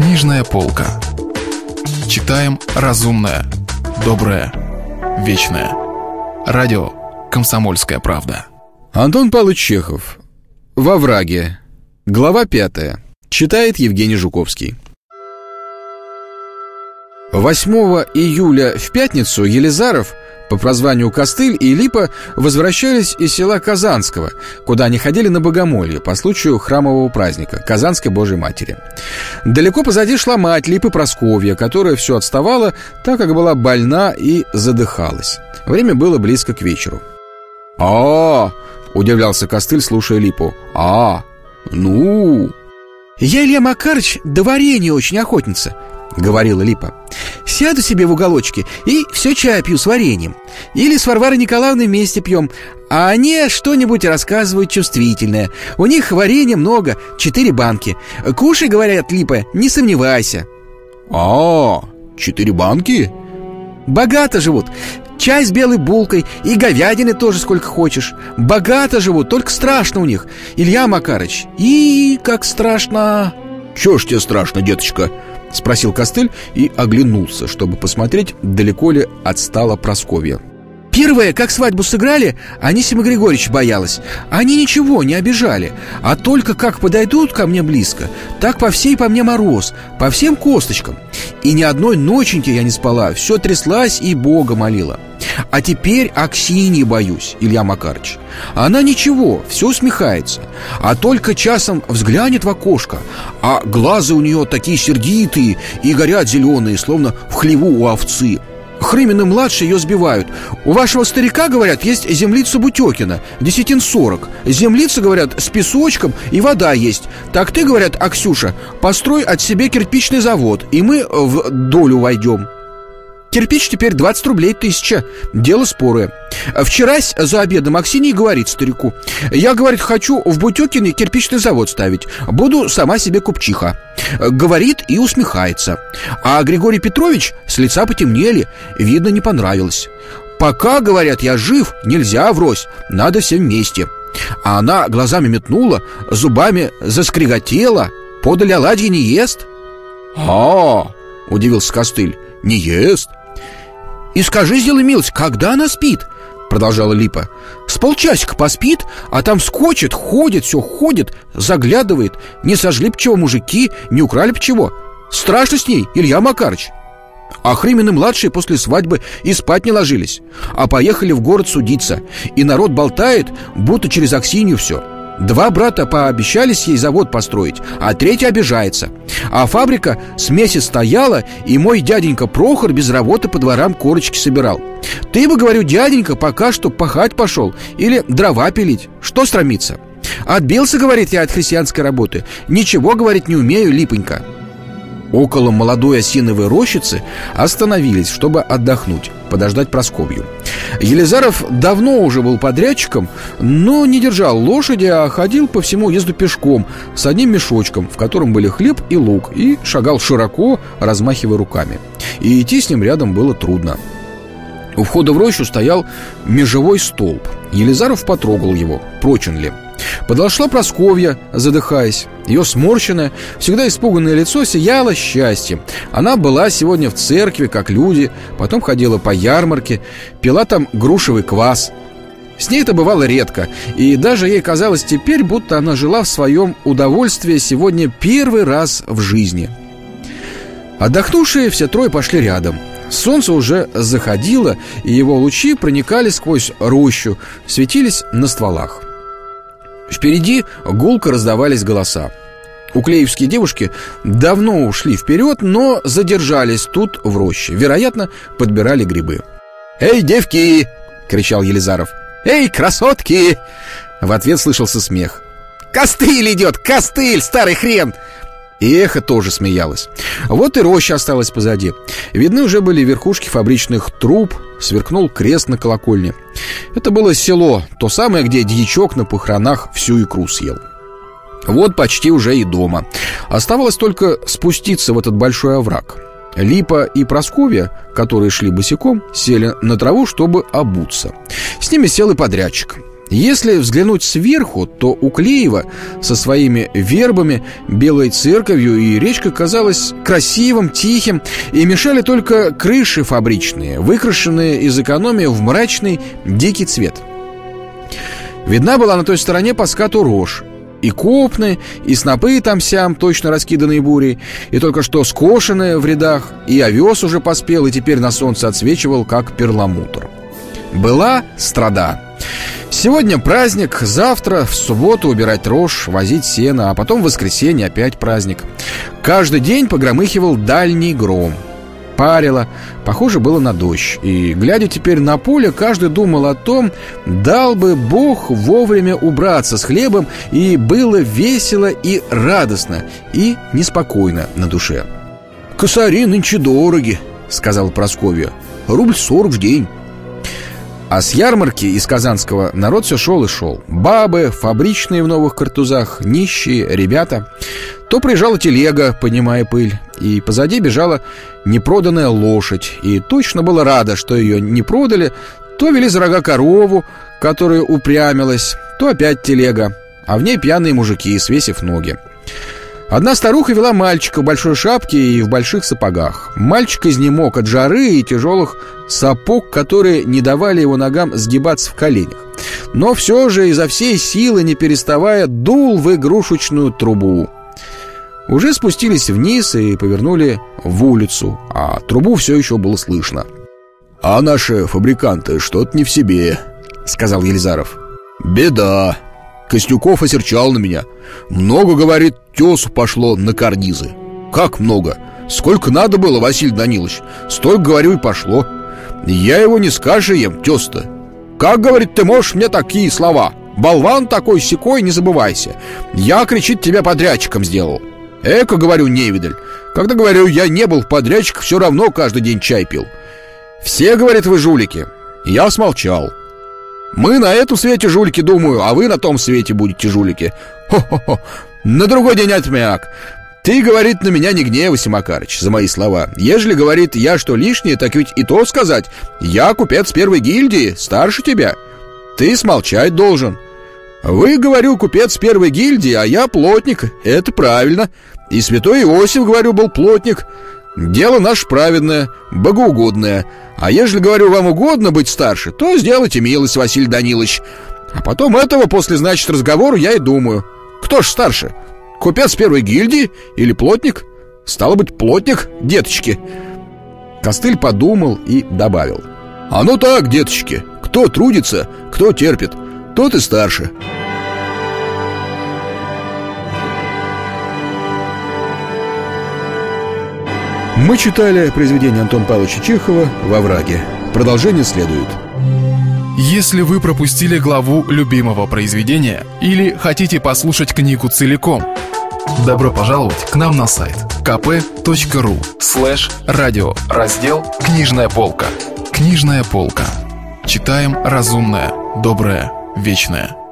Книжная полка. Читаем разумное, доброе, вечное. Радио «Комсомольская правда». Антон Павлович Чехов. «Во враге». Глава 5. Читает Евгений Жуковский. 8 июля в пятницу Елизаров, по прозванию Костыль, и Липа возвращались из села Казанского, куда они ходили на богомолье по случаю храмового праздника Казанской Божьей Матери. Далеко позади шла мать Липы Прасковья, которая все отставала, так как была больна и задыхалась. Время было близко к вечеру. Удивлялся Костыль, слушая Липу. «Я, Илья Макарыч, до варенья очень охотница», — говорила Липа. «Сяду себе в уголочке и все чай пью с вареньем. Или с Варварой Николаевной вместе пьем. А они что-нибудь рассказывают чувствительное. У них варенья много, 4 банки. Кушай, говорят, Липа, не сомневайся». 4 банки? Богато живут. Чай с белой булкой и говядины тоже сколько хочешь. Богато живут, только страшно у них, Илья Макарыч. И как страшно. «Чё ж тебе страшно, деточка?» — спросил Костыль и оглянулся, чтобы посмотреть, далеко ли отстала Прасковья. Первое, как свадьбу сыграли, Анисима Григорьевича боялась. Они ничего не обижали. А только как подойдут ко мне близко, так по всей по мне мороз, по всем косточкам. И ни одной ноченьки я не спала, все тряслась и Бога молила. А теперь Аксиньи боюсь, Илья Макарыч. Она ничего, все усмехается. А только часом взглянет в окошко, а глаза у нее такие сердитые и горят зеленые, словно в хлеву у овцы. Хрымины-младшие ее сбивают. У вашего старика, говорят, есть землица Бутекина, 40. Землица, говорят, с песочком и вода есть. Так ты, говорят, Аксюша, построй от себе кирпичный завод, и мы в долю войдем. Кирпич теперь 20 рублей 1000. Дело спорое. Вчерась за обедом Аксинья говорит старику: я, говорит, хочу в Бутекине кирпичный завод ставить. Буду сама себе купчиха. Говорит и усмехается. А Григорий Петрович с лица потемнели. Видно, не понравилось. Пока, говорят, я жив, нельзя врозь, надо все вместе. А она глазами метнула, зубами заскриготела. Подали оладьи, не ест. Удивился Костыль. Не ест? И скажи, сделай милость, когда она спит? Продолжала Липа. С полчасика поспит, а там скочит, ходит, все ходит, заглядывает. Не сожгли б чего мужики, не украли б чего. Страшно с ней, Илья Макарыч. А Хрымины-младшие после свадьбы и спать не ложились, а поехали в город судиться. И народ болтает, будто через Аксинью все. 2 брата пообещались ей завод построить, а 3 обижается. А фабрика с месяц стояла, и мой дяденька Прохор без работы по дворам корочки собирал. Ты бы, говорю, дяденька, пока что пахать пошел или дрова пилить. Что срамиться? Отбился, говорит, я от христианской работы. Ничего, говорит, не умею, Липонька. Около молодой осиновой рощицы остановились, чтобы отдохнуть, подождать Прасковью. Елизаров давно уже был подрядчиком, но не держал лошади, а ходил по всему уезду пешком с одним мешочком, в котором были хлеб и лук, и шагал широко, размахивая руками. И идти с ним рядом было трудно. У входа в рощу стоял межевой столб. Елизаров потрогал его, прочен ли. Подошла Прасковья, задыхаясь. Ее сморщенное, всегда испуганное лицо сияло счастьем. Она была сегодня в церкви, как люди, потом ходила по ярмарке, пила там грушевый квас. С ней это бывало редко, и даже ей казалось теперь, будто она жила в своем удовольствии сегодня первый раз в жизни. Отдохнувшие все трое пошли рядом. Солнце уже заходило, и его лучи проникали сквозь рощу, светились на стволах. Впереди гулко раздавались голоса. Уклеевские девушки давно ушли вперед, но задержались тут в роще. Вероятно, подбирали грибы. «Эй, девки!» — кричал Елизаров. «Эй, красотки!» В ответ слышался смех. «Костыль идет! Костыль, старый хрен!» И эхо тоже смеялось. Вот и роща осталась позади. Видны уже были верхушки фабричных труб, сверкнул крест на колокольне. Это было село, то самое, где дьячок на похоронах всю икру съел. Вот почти уже и дома. Оставалось только спуститься в этот большой овраг. Липа и Прасковья, которые шли босиком, сели на траву, чтобы обуться. С ними сел и подрядчик. Если взглянуть сверху, то у Клеева со своими вербами, Белой церковью и речкой казалось красивым, тихим, и мешали только крыши фабричные, выкрашенные из экономии в мрачный дикий цвет. Видна была на той стороне по скату рожь, и копны, и снопы там-сям, точно раскиданные бурей, и только что скошенные в рядах, и овес уже поспел, и теперь на солнце отсвечивал, как перламутр. Была страда. Сегодня праздник, завтра в субботу убирать рожь, возить сено, а потом в воскресенье опять праздник. Каждый день погромыхивал дальний гром. Парило, похоже было на дождь. И, глядя теперь на поле, каждый думал о том, дал бы Бог вовремя убраться с хлебом, и было весело и радостно, и неспокойно на душе. «Косари нынче дороги», — сказал Прасковья. «Рубль 40 в день». А с ярмарки из Казанского народ все шел и шел. Бабы, фабричные в новых картузах, нищие, ребята. То приезжала телега, поднимая пыль, и позади бежала непроданная лошадь. И точно была рада, что ее не продали. То вели за рога корову, которая упрямилась, то опять телега, а в ней пьяные мужики, свесив ноги. Одна старуха вела мальчика в большой шапке и в больших сапогах. Мальчик изнемог от жары и тяжелых сапог, которые не давали его ногам сгибаться в коленях. Но все же изо всей силы, не переставая, дул в игрушечную трубу. Уже спустились вниз и повернули в улицу, а трубу все еще было слышно. «А наши фабриканты что-то не в себе», — сказал Елизаров. «Беда. Костюков осерчал на меня. Много, говорит, тесу пошло на карнизы. Как много? Сколько надо было, Василий Данилович? Столько, говорю, и пошло. Я его не с кашей ем, тес-то. Как, говорит, ты можешь мне такие слова? Болван такой-сякой, не забывайся. Я, кричит, тебя подрядчиком сделал. Эко, говорю, невидаль. Когда, говорю, я не был подрядчик, все равно каждый день чай пил. Все, говорит, вы жулики. Я смолчал. Мы на этом свете жулики, думаю, а вы на том свете будете жулики. Хо-хо-хо. На другой день отмяк. Ты, говорит, на меня не гневайся, Макарыч, за мои слова. Ежели, говорит, я что лишнее, так ведь и то сказать. Я купец первой гильдии, старше тебя. Ты смолчать должен. Вы, говорю, купец первой гильдии, а я плотник. Это правильно. И святой Иосиф, говорю, был плотник. Дело наше праведное, богоугодное. А ежели, говорю, вам угодно быть старше, то сделайте милость, Василий Данилович. А потом этого, после, значит, разговора, я и думаю. Кто ж старше? Купец первой гильдии или плотник? Стало быть, плотник, деточки. Костыль подумал и добавил. А ну так, деточки, кто трудится, кто терпит, тот и старше. Мы читали произведение Антона Павловича Чехова «Во враге». Продолжение следует. Если вы пропустили главу любимого произведения или хотите послушать книгу целиком, добро пожаловать к нам на сайт kp.ru/радио, раздел «Книжная полка». Книжная полка. Читаем разумное, доброе, вечное.